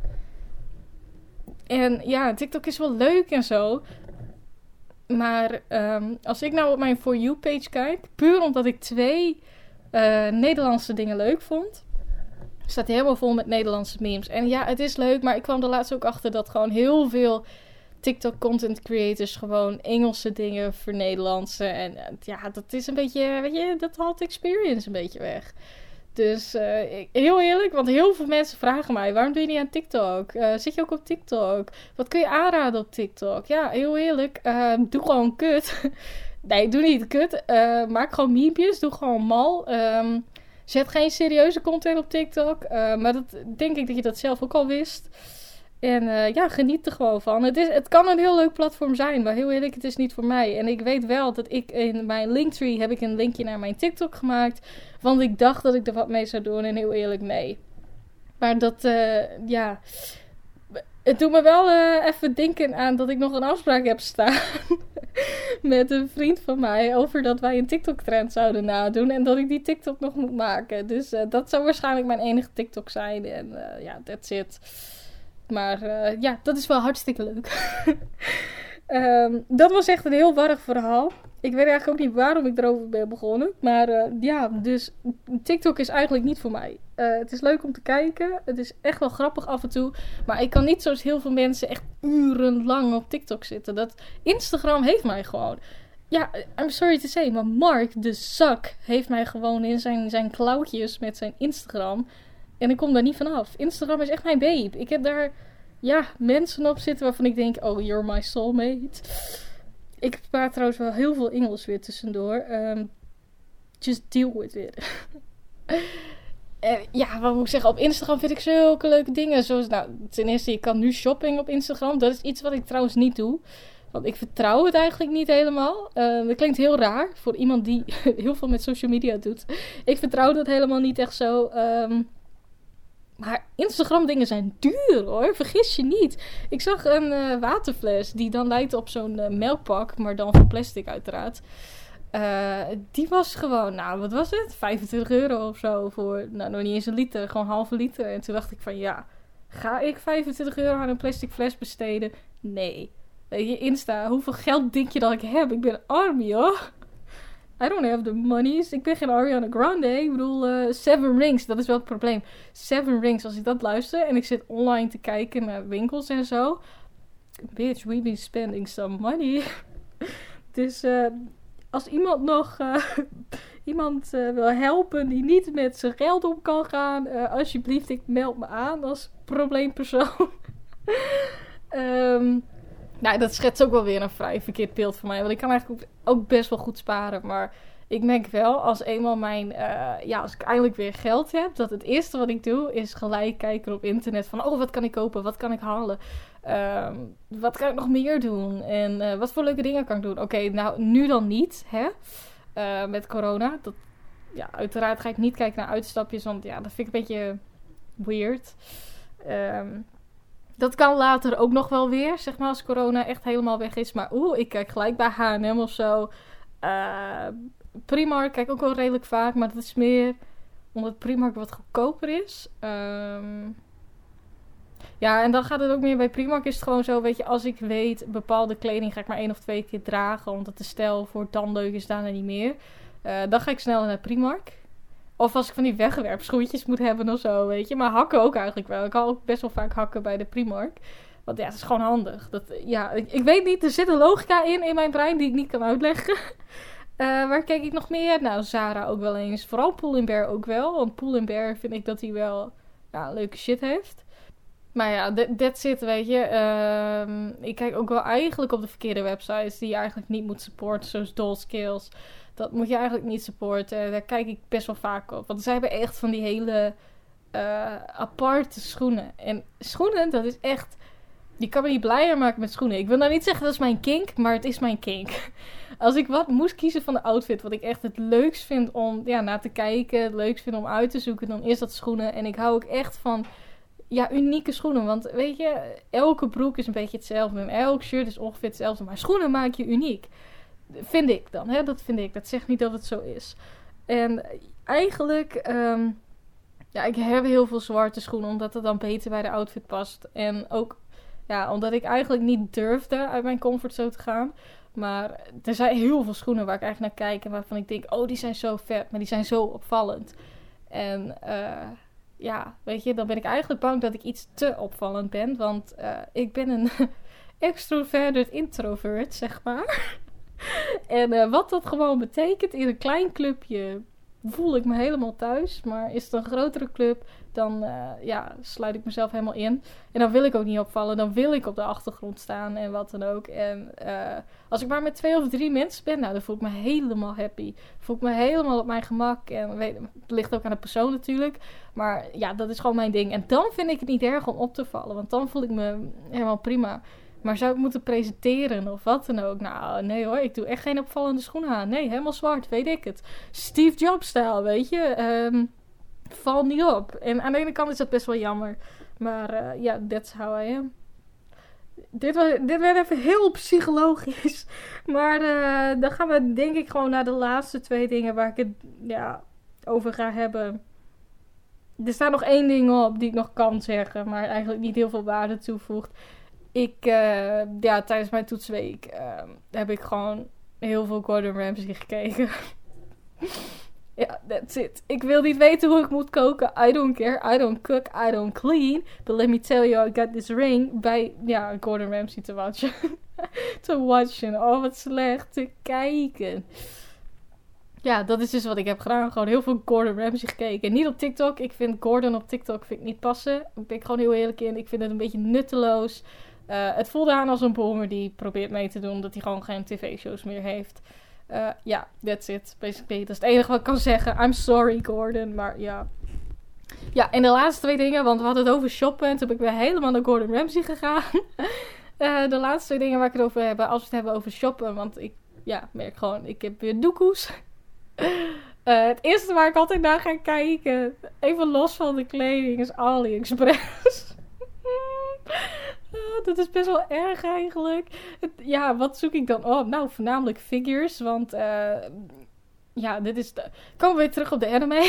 En ja, TikTok is wel leuk en zo. Maar als ik nou op mijn For You page kijk, puur omdat ik 2 Nederlandse dingen leuk vond, staat hij helemaal vol met Nederlandse memes. En ja, het is leuk, maar ik kwam er laatst ook achter dat gewoon heel veel TikTok content creators gewoon Engelse dingen voor Nederlandse. En dat is een beetje, weet je, dat haalt de experience een beetje weg. Dus heel eerlijk, want heel veel mensen vragen mij, waarom doe je niet aan TikTok? Zit je ook op TikTok? Wat kun je aanraden op TikTok? Ja, heel eerlijk, doe gewoon kut. Nee, doe niet kut. Maak gewoon memepjes, doe gewoon mal. Zet geen serieuze content op TikTok. Maar dat denk ik dat je dat zelf ook al wist. En geniet er gewoon van. Het kan een heel leuk platform zijn, maar heel eerlijk, het is niet voor mij. En ik weet wel dat ik in mijn Linktree heb ik een linkje naar mijn TikTok gemaakt. Want ik dacht dat ik er wat mee zou doen en heel eerlijk, nee. Maar dat, het doet me wel even denken aan dat ik nog een afspraak heb staan met een vriend van mij over dat wij een TikTok-trend zouden nadoen en dat ik die TikTok nog moet maken. Dus dat zou waarschijnlijk mijn enige TikTok zijn en that's it. Maar dat is wel hartstikke leuk. Dat was echt een heel warrig verhaal. Ik weet eigenlijk ook niet waarom ik erover ben begonnen. Maar dus TikTok is eigenlijk niet voor mij. Het is leuk om te kijken. Het is echt wel grappig af en toe. Maar ik kan niet zoals heel veel mensen echt urenlang op TikTok zitten. Instagram heeft mij gewoon. Ja, I'm sorry to say, maar Mark de zak heeft mij gewoon in zijn klauwtjes met zijn Instagram. En ik kom daar niet vanaf. Instagram is echt mijn babe. Ik heb daar mensen op zitten waarvan ik denk, oh, you're my soulmate. Ik praat trouwens wel heel veel Engels weer tussendoor. Just deal with it. Wat moet ik zeggen? Op Instagram vind ik zulke leuke dingen. Zoals, ten eerste, je kan nu shopping op Instagram. Dat is iets wat ik trouwens niet doe. Want ik vertrouw het eigenlijk niet helemaal. Dat klinkt heel raar voor iemand die heel veel met social media doet. Ik vertrouw dat helemaal niet echt zo. Maar Instagram dingen zijn duur hoor. Vergis je niet. Ik zag een waterfles die dan lijkt op zo'n melkpak. Maar dan van plastic uiteraard. Die was gewoon, wat was het? €25 of zo voor, nog niet eens een liter. Gewoon halve liter. En toen dacht ik van ga ik €25 aan een plastic fles besteden? Nee. Weet je, Insta, hoeveel geld denk je dat ik heb? Ik ben arm, joh. I don't have the monies. Ik ben geen Ariana Grande. Ik bedoel, Seven Rings, dat is wel het probleem. Seven Rings, als ik dat luister en ik zit online te kijken naar winkels en zo. Bitch, we be spending some money. Dus als iemand nog wil helpen die niet met zijn geld om kan gaan, alsjeblieft, ik meld me aan als probleempersoon. Dat schetst ook wel weer een vrij verkeerd beeld voor mij. Want ik kan eigenlijk ook best wel goed sparen. Maar ik merk wel, als eenmaal als ik eindelijk weer geld heb, dat het eerste wat ik doe, is gelijk kijken op internet van, wat kan ik kopen? Wat kan ik halen? Wat kan ik nog meer doen? En wat voor leuke dingen kan ik doen? Oké, nu dan niet, hè? Met corona. Uiteraard ga ik niet kijken naar uitstapjes, want dat vind ik een beetje weird. Dat kan later ook nog wel weer, zeg maar, als corona echt helemaal weg is. Maar ik kijk gelijk bij H&M of zo. Primark kijk ook wel redelijk vaak, maar dat is meer omdat Primark wat goedkoper is. En dan gaat het ook meer bij Primark. Is het gewoon zo, weet je, als ik weet, bepaalde kleding ga ik maar 1 of 2 keer dragen, omdat de stijl voor dan leuk is, daarna niet meer. Dan ga ik sneller naar Primark. Of als ik van die wegwerpschoentjes moet hebben of zo, weet je. Maar hakken ook eigenlijk wel. Ik haal ook best wel vaak hakken bij de Primark. Want het is gewoon handig. Ik weet niet, er zit een logica in mijn brein die ik niet kan uitleggen. Waar kijk ik nog meer? Zara ook wel eens. Vooral Pull&Bear ook wel. Want Pull&Bear vind ik dat hij wel leuke shit heeft. Maar that's it, weet je. Ik kijk ook wel eigenlijk op de verkeerde websites die je eigenlijk niet moet supporten. Zoals Dollskills. Dat moet je eigenlijk niet supporten. Daar kijk ik best wel vaak op. Want zij hebben echt van die hele aparte schoenen. En schoenen, dat is echt... Je kan me niet blijer maken met schoenen. Ik wil nou niet zeggen dat is mijn kink, maar het is mijn kink. Als ik wat moest kiezen van de outfit, wat ik echt het leukst vind om naar te kijken, het leukst vind om uit te zoeken, dan is dat schoenen. En ik hou ook echt van unieke schoenen. Want weet je, elke broek is een beetje hetzelfde. En elk shirt is ongeveer hetzelfde. Maar schoenen maak je uniek. Vind ik dan, hè? Dat vind ik. Dat zegt niet dat het zo is. En eigenlijk, ik heb heel veel zwarte schoenen, omdat het dan beter bij de outfit past. En ook, omdat ik eigenlijk niet durfde uit mijn comfortzone te gaan. Maar er zijn heel veel schoenen waar ik eigenlijk naar kijk en waarvan ik denk, die zijn zo vet, maar die zijn zo opvallend. En weet je, dan ben ik eigenlijk bang dat ik iets te opvallend ben. Want ik ben een extrovert introvert, zeg maar. En wat dat gewoon betekent, in een klein clubje voel ik me helemaal thuis. Maar is het een grotere club, dan sluit ik mezelf helemaal in. En dan wil ik ook niet opvallen. Dan wil ik op de achtergrond staan en wat dan ook. En als ik maar met 2 of 3 mensen ben, dan voel ik me helemaal happy. Voel ik me helemaal op mijn gemak. En het ligt ook aan de persoon natuurlijk. Maar dat is gewoon mijn ding. En dan vind ik het niet erg om op te vallen. Want dan voel ik me helemaal prima. Maar zou ik moeten presenteren of wat dan ook? Nee hoor, ik doe echt geen opvallende schoenen aan. Nee, helemaal zwart, weet ik het. Steve Jobs-stijl, weet je. Val niet op. En aan de ene kant is dat best wel jammer. Maar that's how I am. Dit werd even heel psychologisch. Maar dan gaan we denk ik gewoon naar de laatste 2 dingen waar ik het over ga hebben. Er staat nog 1 ding op die ik nog kan zeggen, maar eigenlijk niet heel veel waarde toevoegt. Tijdens mijn toetsweek heb ik gewoon heel veel Gordon Ramsay gekeken. Ja, that's it. Ik wil niet weten hoe ik moet koken. I don't care. I don't cook. I don't clean. But let me tell you, I got this ring bij Gordon Ramsay te watchen. Te watchen. Oh, wat slecht te kijken. Ja, dat is dus wat ik heb gedaan. Gewoon heel veel Gordon Ramsay gekeken. Niet op TikTok. Ik vind Gordon op TikTok niet passen. Daar ben ik gewoon heel eerlijk in. Ik vind het een beetje nutteloos. Het voelde aan als een boomer die probeert mee te doen, omdat hij gewoon geen tv-shows meer heeft. That's it. Basically, dat is het enige wat ik kan zeggen. I'm sorry, Gordon, maar ja. Ja, en de laatste 2 dingen, want we hadden het over shoppen. En toen ben ik weer helemaal naar Gordon Ramsay gegaan. De laatste 2 dingen waar ik het over heb, als we het hebben over shoppen. Want ik merk gewoon, ik heb weer doekoes. Het eerste waar ik altijd naar ga kijken, even los van de kleding, is AliExpress. Dat is best wel erg eigenlijk. Wat zoek ik dan op? Nou, voornamelijk figures. Want komen we weer terug op de anime.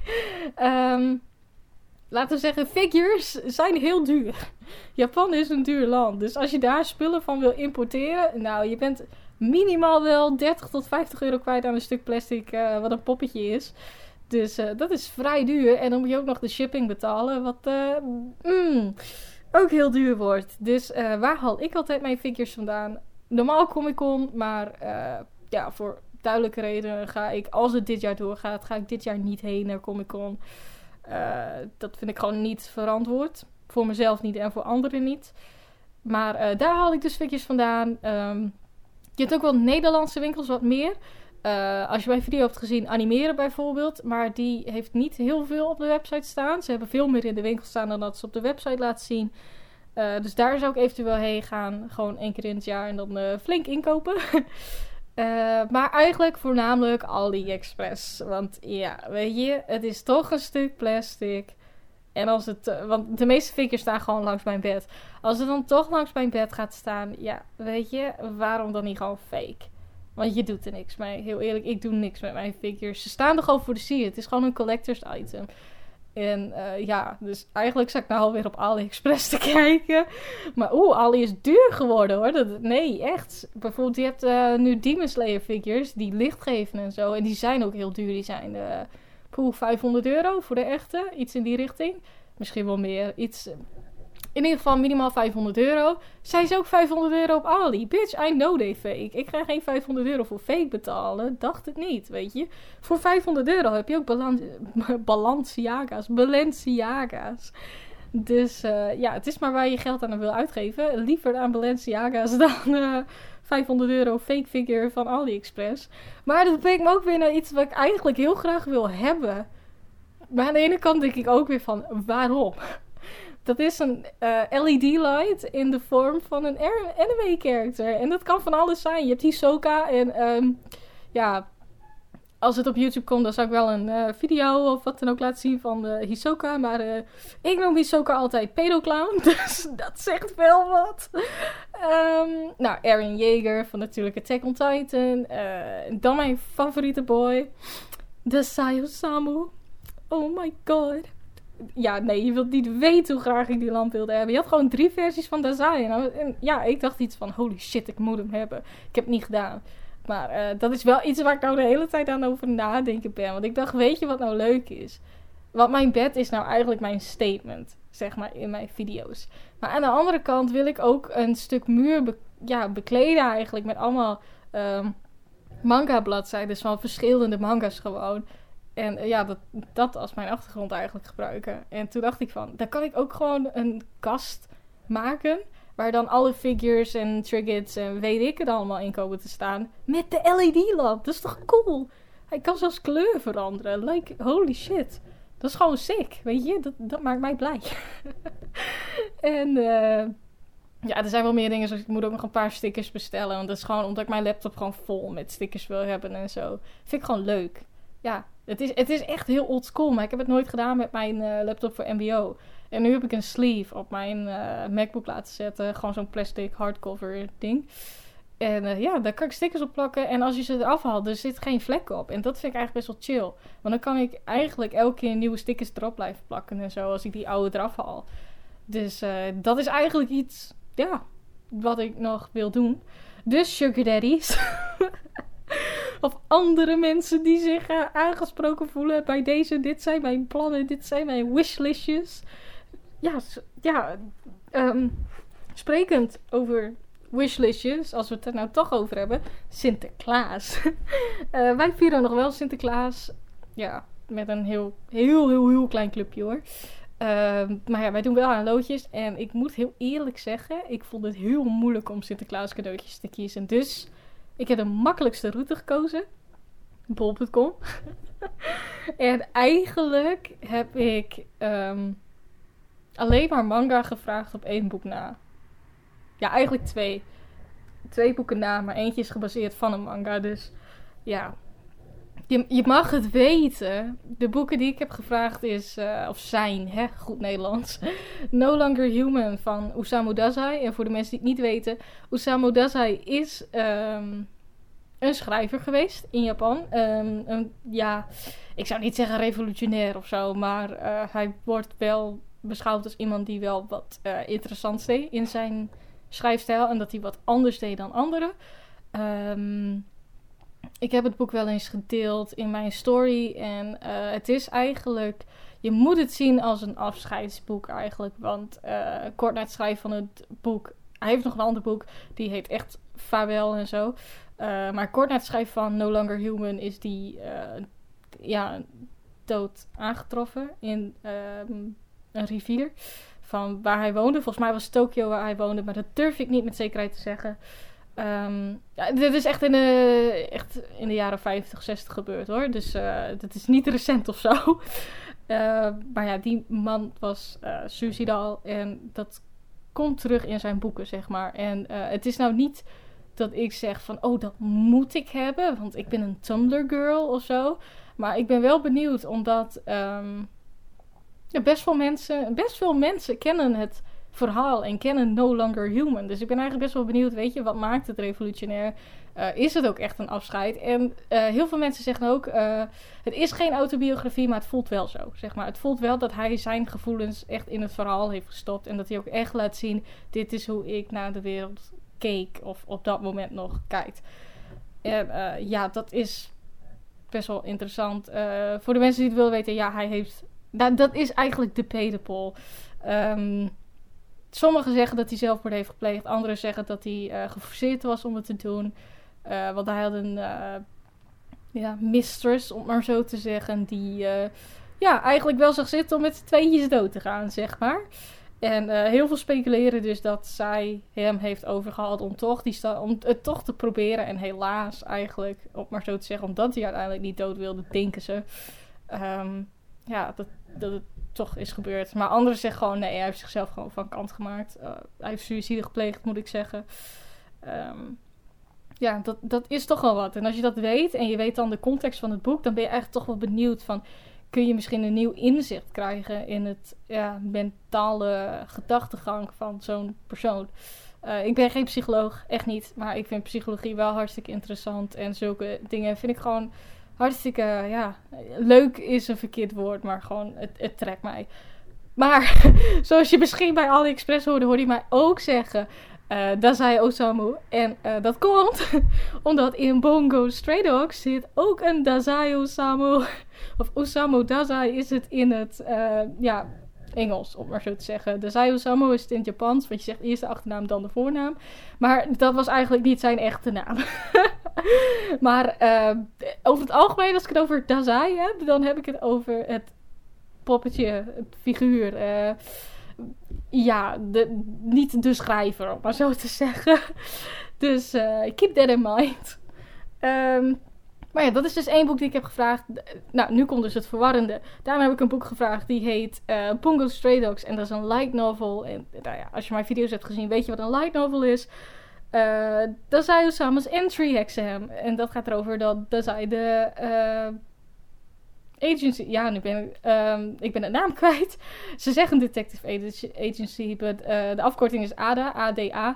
Laten we zeggen, figures zijn heel duur. Japan is een duur land. Dus als je daar spullen van wil importeren, nou, je bent minimaal wel 30 tot 50 euro kwijt aan een stuk plastic wat een poppetje is. Dus dat is vrij duur. En dan moet je ook nog de shipping betalen, wat ook heel duur wordt. Dus waar haal ik altijd mijn figures vandaan? Normaal Comic-Con, maar voor duidelijke redenen ga ik, als het dit jaar doorgaat, ga ik dit jaar niet heen naar Comic-Con. Dat vind ik gewoon niet verantwoord. Voor mezelf niet en voor anderen niet. Maar daar haal ik dus figures vandaan. Je hebt ook wel Nederlandse winkels, wat meer. Als je mijn video hebt gezien, Animeren bijvoorbeeld. Maar die heeft niet heel veel op de website staan. Ze hebben veel meer in de winkel staan dan dat ze op de website laten zien. Dus daar zou ik eventueel heen gaan. Gewoon 1 keer in het jaar en dan flink inkopen. Maar eigenlijk voornamelijk AliExpress. Want ja, weet je, het is toch een stuk plastic. En als het, want de meeste figures staan gewoon langs mijn bed. Als het dan toch langs mijn bed gaat staan, ja, weet je, waarom dan niet gewoon fake? Want je doet er niks mee. Heel eerlijk, ik doe niks met mijn figures. Ze staan er gewoon voor de sier. Het is gewoon een collector's item. En dus eigenlijk zat ik nou alweer op AliExpress te kijken. Maar Ali is duur geworden hoor. Nee, echt. Bijvoorbeeld, je hebt nu Demon Slayer figures die licht geven en zo. En die zijn ook heel duur. Die zijn 500 euro voor de echte. Iets in die richting. Misschien wel meer. In ieder geval minimaal 500 euro. Zijn ze ook 500 euro op Ali? Bitch, I know they fake. Ik ga geen 500 euro voor fake betalen. Dacht het niet, weet je. Voor 500 euro heb je ook Balenciaga's. Dus het is maar waar je geld aan wil uitgeven. Liever aan Balenciaga's dan 500 euro fake figure van AliExpress. Maar dat brengt me ook weer naar iets wat ik eigenlijk heel graag wil hebben. Maar aan de ene kant denk ik ook weer van, waarom? Dat is een LED-light in de vorm van een anime-character. En dat kan van alles zijn. Je hebt Hisoka en als het op YouTube komt, dan zou ik wel een video of wat dan ook laten zien van Hisoka. Maar ik noem Hisoka altijd pedoclown. Dus dat zegt wel wat. Eren Yeager van natuurlijk Attack on Titan. Dan mijn favoriete boy. De Sayosamu. Oh my god. Ja, nee, je wilt niet weten hoe graag ik die lamp wilde hebben. Je had gewoon 3 versies van Dazai. En ik dacht iets van, holy shit, ik moet hem hebben. Ik heb het niet gedaan. Maar dat is wel iets waar ik nou de hele tijd aan over nadenken ben. Want ik dacht, weet je wat nou leuk is? Want mijn bed is nou eigenlijk mijn statement, zeg maar, in mijn video's. Maar aan de andere kant wil ik ook een stuk muur bekleden eigenlijk. Met allemaal manga-bladzijden van verschillende manga's gewoon. En dat als mijn achtergrond eigenlijk gebruiken. En toen dacht ik van, dan kan ik ook gewoon een kast maken. Waar dan alle figures en trinkets en weet ik het allemaal in komen te staan. Met de LED-lamp. Dat is toch cool? Hij kan zelfs kleur veranderen. Like, holy shit. Dat is gewoon sick, weet je? Dat maakt mij blij. En er zijn wel meer dingen. Dus ik moet ook nog een paar stickers bestellen. Want dat is gewoon omdat ik mijn laptop gewoon vol met stickers wil hebben en zo. Vind ik gewoon leuk. Ja, het is echt heel oldschool. Maar ik heb het nooit gedaan met mijn laptop voor mbo. En nu heb ik een sleeve op mijn MacBook laten zetten. Gewoon zo'n plastic hardcover ding. En daar kan ik stickers op plakken. En als je ze eraf haalt, er zit geen vlek op. En dat vind ik eigenlijk best wel chill. Want dan kan ik eigenlijk elke keer nieuwe stickers erop blijven plakken en zo. Als ik die oude eraf haal. Dus dat is eigenlijk iets ja, wat ik nog wil doen. Dus sugar daddies. Of andere mensen die zich aangesproken voelen bij deze. Dit zijn mijn plannen, dit zijn mijn wishlistjes. Sprekend over wishlistjes, als we het er nou toch over hebben. Sinterklaas. Wij vieren nog wel Sinterklaas. Ja, met een heel klein clubje hoor. Maar ja, wij doen wel aan loodjes. En ik moet heel eerlijk zeggen, ik vond het heel moeilijk om Sinterklaas cadeautjes te kiezen. Dus ik heb de makkelijkste route gekozen. Bol.com. En eigenlijk heb ik alleen maar manga gevraagd op 1 boek na. Ja, eigenlijk 2. 2 boeken na, maar eentje is gebaseerd van een manga. Dus ja, je mag het weten. De boeken die ik heb gevraagd zijn, goed Nederlands. No Longer Human van Osamu Dazai. En voor de mensen die het niet weten, Osamu Dazai is een schrijver geweest in Japan. Ik zou niet zeggen revolutionair of zo, maar hij wordt wel beschouwd als iemand die wel wat interessants deed in zijn schrijfstijl. En dat hij wat anders deed dan anderen. Ik heb het boek wel eens gedeeld in mijn story. En het is eigenlijk... Je moet het zien als een afscheidsboek eigenlijk. Want kort na het schrijven van het boek... Hij heeft nog een ander boek. Die heet echt Vaarwel en zo. Maar kort na het schrijven van No Longer Human is die dood aangetroffen in een rivier van waar hij woonde. Volgens mij was het Tokio waar hij woonde, maar dat durf ik niet met zekerheid te zeggen. Dit is echt in de jaren 50, 60 gebeurd hoor. Dus dat is niet recent of zo. Maar ja, die man was suicidaal en dat komt terug in zijn boeken, zeg maar. En het is nou niet dat ik zeg van, oh, dat moet ik hebben, want ik ben een Tumblr girl of zo. Maar ik ben wel benieuwd, omdat best veel mensen kennen het verhaal en kennen No Longer Human. Dus ik ben eigenlijk best wel benieuwd, weet je, wat maakt het revolutionair? Is het ook echt een afscheid? En heel veel mensen zeggen ook, het is geen autobiografie, maar het voelt wel zo, zeg maar. Het voelt wel dat hij zijn gevoelens echt in het verhaal heeft gestopt. En dat hij ook echt laat zien, dit is hoe ik naar de wereld keek of op dat moment nog kijkt. En dat is best wel interessant. Voor de mensen die het willen weten, ja, hij heeft... dat is eigenlijk de Pedepol. Sommigen zeggen dat hij zelfmoord heeft gepleegd. Anderen zeggen dat hij geforceerd was om het te doen. Want hij had een mistress, om maar zo te zeggen, die eigenlijk wel zag zitten om met z'n tweetjes dood te gaan, zeg maar. En heel veel speculeren dus dat zij hem heeft overgehaald om het toch te proberen. En helaas eigenlijk, om maar zo te zeggen, omdat hij uiteindelijk niet dood wilde, denken ze. Dat het toch is gebeurd. Maar anderen zeggen gewoon, nee, hij heeft zichzelf gewoon van kant gemaakt. Hij heeft suïcide gepleegd, moet ik zeggen. Dat is toch wel wat. En als je dat weet en je weet dan de context van het boek, dan ben je eigenlijk toch wel benieuwd van, kun je misschien een nieuw inzicht krijgen in het mentale gedachtegang van zo'n persoon. Ik ben geen psycholoog, echt niet. Maar ik vind psychologie wel hartstikke interessant. En zulke dingen vind ik gewoon hartstikke, leuk is een verkeerd woord, maar gewoon, het trekt mij. Maar, zoals je misschien bij AliExpress hoorde je mij ook zeggen, Dazai Osamu. En dat komt omdat in Bungo Stray Dogs zit ook een Dazai Osamu. Of Osamu Dazai is het in het, Engels, om maar zo te zeggen. Dazai Osamu is het in het Japans, want je zegt eerst de achternaam, dan de voornaam. Maar dat was eigenlijk niet zijn echte naam. Maar over het algemeen, als ik het over Dazai heb, dan heb ik het over het poppetje, het figuur. Niet de schrijver, om maar zo te zeggen. Dus keep that in mind. Maar ja, dat is dus 1 boek die ik heb gevraagd. Nou, nu komt dus het verwarrende. Daarom heb ik een boek gevraagd die heet Bungo Stray Dogs. En dat is een light novel. En als je mijn video's hebt gezien, weet je wat een light novel is. Dazai Osamu's Entry Exam. En dat gaat erover dat Dazai de agency... Ja, nu ben ik ben de naam kwijt. Ze zeggen Detective Agency, but de afkorting is ADA, ADA.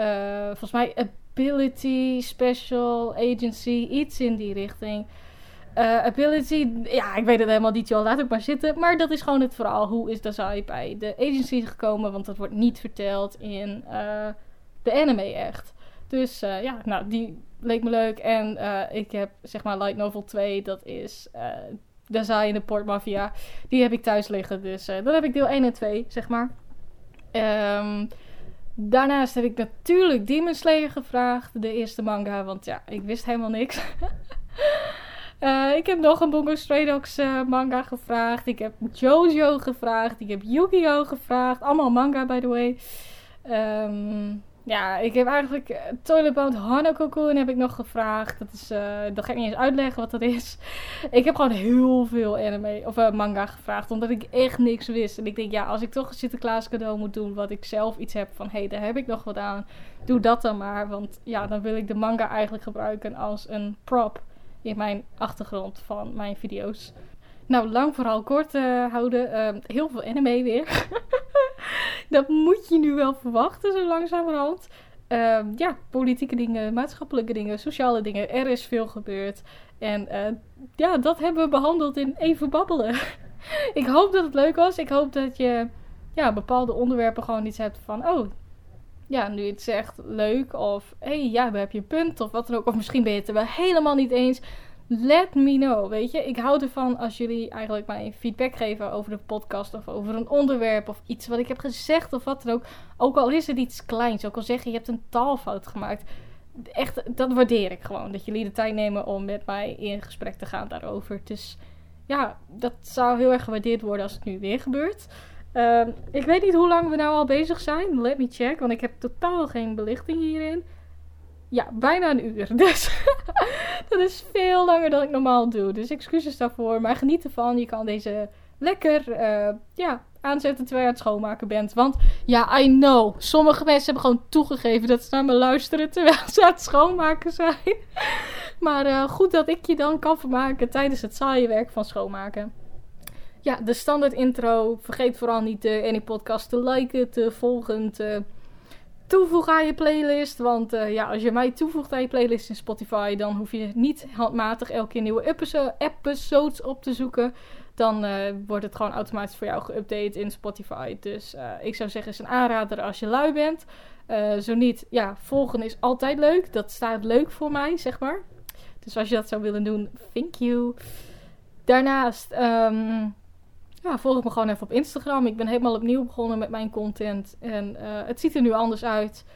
Volgens mij Ability Special Agency, iets in die richting. Ability, ja, ik weet het helemaal niet, joh, laat het maar zitten. Maar dat is gewoon het verhaal. Hoe is Dazai bij de agency gekomen? Want dat wordt niet verteld in de anime echt. Dus ja, nou, die leek me leuk. En ik heb, zeg maar, Light Novel 2, dat is Dazai in de Portmafia. Die heb ik thuis liggen, dus dan heb ik deel 1 en 2, zeg maar. Daarnaast heb ik natuurlijk Demon Slayer gevraagd, de eerste manga, want ja, ik wist helemaal niks. Ik heb nog een Bungo Stray Dogs manga gevraagd. Ik heb JoJo gevraagd. Ik heb Yu-Gi-Oh gevraagd. Allemaal manga, by the way. Ja, ik heb eigenlijk Toilet Bound Hanokokun heb ik nog gevraagd. Dat ga ik niet eens uitleggen wat dat is. Ik heb gewoon heel veel anime of manga gevraagd, omdat ik echt niks wist. En ik denk, ja, als ik toch een Sinterklaas cadeau moet doen, wat ik zelf iets heb van, hé, daar heb ik nog wat aan. Doe dat dan maar, want ja, dan wil ik de manga eigenlijk gebruiken als een prop in mijn achtergrond van mijn video's. Nou, lang verhaal kort houden. Heel veel anime weer. Dat moet je nu wel verwachten, zo langzamerhand. Ja, politieke dingen, maatschappelijke dingen, sociale dingen. Er is veel gebeurd. En ja, dat hebben we behandeld in Even Babbelen. Ik hoop dat het leuk was. Ik hoop dat je bepaalde onderwerpen gewoon iets hebt van, oh, ja, nu het zegt leuk. Of, hé, ja, daar heb je een punt. Of wat dan ook. Of misschien ben je het er wel helemaal niet eens. Let me know, weet je. Ik hou ervan als jullie eigenlijk mij feedback geven over de podcast of over een onderwerp of iets wat ik heb gezegd of wat dan ook. Ook al is het iets kleins, ook al zeg je hebt een taalfout gemaakt. Echt, dat waardeer ik gewoon. Dat jullie de tijd nemen om met mij in gesprek te gaan daarover. Dus ja, dat zou heel erg gewaardeerd worden als het nu weer gebeurt. Ik weet niet hoe lang we nou al bezig zijn. Let me check, want ik heb totaal geen belichting hierin. Ja, bijna een uur. Dus dat is veel langer dan ik normaal doe. Dus excuses daarvoor. Maar geniet ervan. Je kan deze lekker aanzetten terwijl je aan het schoonmaken bent. Want ja, I know. Sommige mensen hebben gewoon toegegeven dat ze naar me luisteren terwijl ze aan het schoonmaken zijn. Maar goed dat ik je dan kan vermaken tijdens het saaie werk van schoonmaken. Ja, de standaard intro. Vergeet vooral niet de Anypodcast te liken, te volgen, te toevoegen aan je playlist. Want als je mij toevoegt aan je playlist in Spotify, dan hoef je niet handmatig elke keer nieuwe episodes op te zoeken. Dan wordt het gewoon automatisch voor jou geüpdate in Spotify. Dus ik zou zeggen, is een aanrader als je lui bent. Zo niet, ja, volgen is altijd leuk. Dat staat leuk voor mij, zeg maar. Dus als je dat zou willen doen, thank you. Daarnaast volg me gewoon even op Instagram. Ik ben helemaal opnieuw begonnen met mijn content. En het ziet er nu anders uit.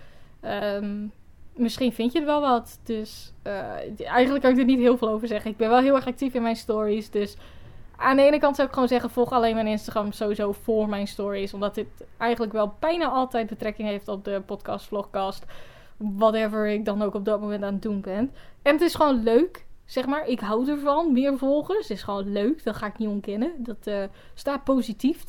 Misschien vind je er wel wat. Dus eigenlijk kan ik er niet heel veel over zeggen. Ik ben wel heel erg actief in mijn stories. Dus aan de ene kant zou ik gewoon zeggen, volg alleen mijn Instagram sowieso voor mijn stories. Omdat dit eigenlijk wel bijna altijd betrekking heeft op de podcast, vlogcast. Whatever ik dan ook op dat moment aan het doen ben. En het is gewoon leuk. Zeg maar, ik hou ervan. Meer volgers. Het is gewoon leuk. Dat ga ik niet ontkennen. Dat staat positief.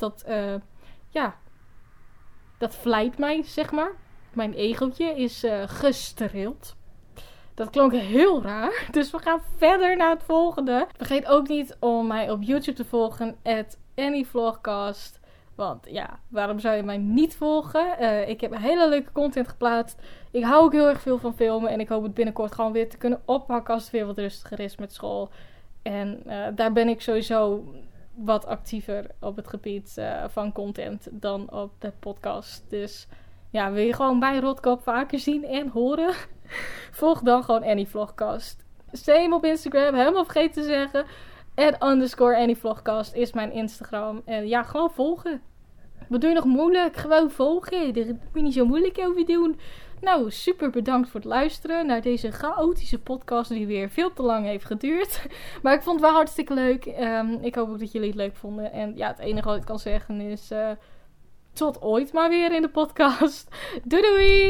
Dat vlijt mij, zeg maar. Mijn egootje is gestreeld. Dat klonk heel raar. Dus we gaan verder naar het volgende. Vergeet ook niet om mij op YouTube te volgen. @anyvlogcast. Want ja, waarom zou je mij niet volgen? Ik heb hele leuke content geplaatst. Ik hou ook heel erg veel van filmen. En ik hoop het binnenkort gewoon weer te kunnen oppakken als het weer wat rustiger is met school. En daar ben ik sowieso wat actiever op het gebied van content dan op de podcast. Dus ja, wil je gewoon mijn rotkop vaker zien en horen? Volg dan gewoon Anyvlogcast. Same op Instagram, helemaal vergeten te zeggen. @_Anyvlogcast is mijn Instagram. En ja, gewoon volgen. Wat doe je nog moeilijk? Gewoon volgen. Daar moet je niet zo moeilijk over doen. Nou, super bedankt voor het luisteren naar deze chaotische podcast die weer veel te lang heeft geduurd. Maar ik vond het wel hartstikke leuk. Ik hoop ook dat jullie het leuk vonden. En ja, het enige wat ik kan zeggen is tot ooit maar weer in de podcast. Doei doei!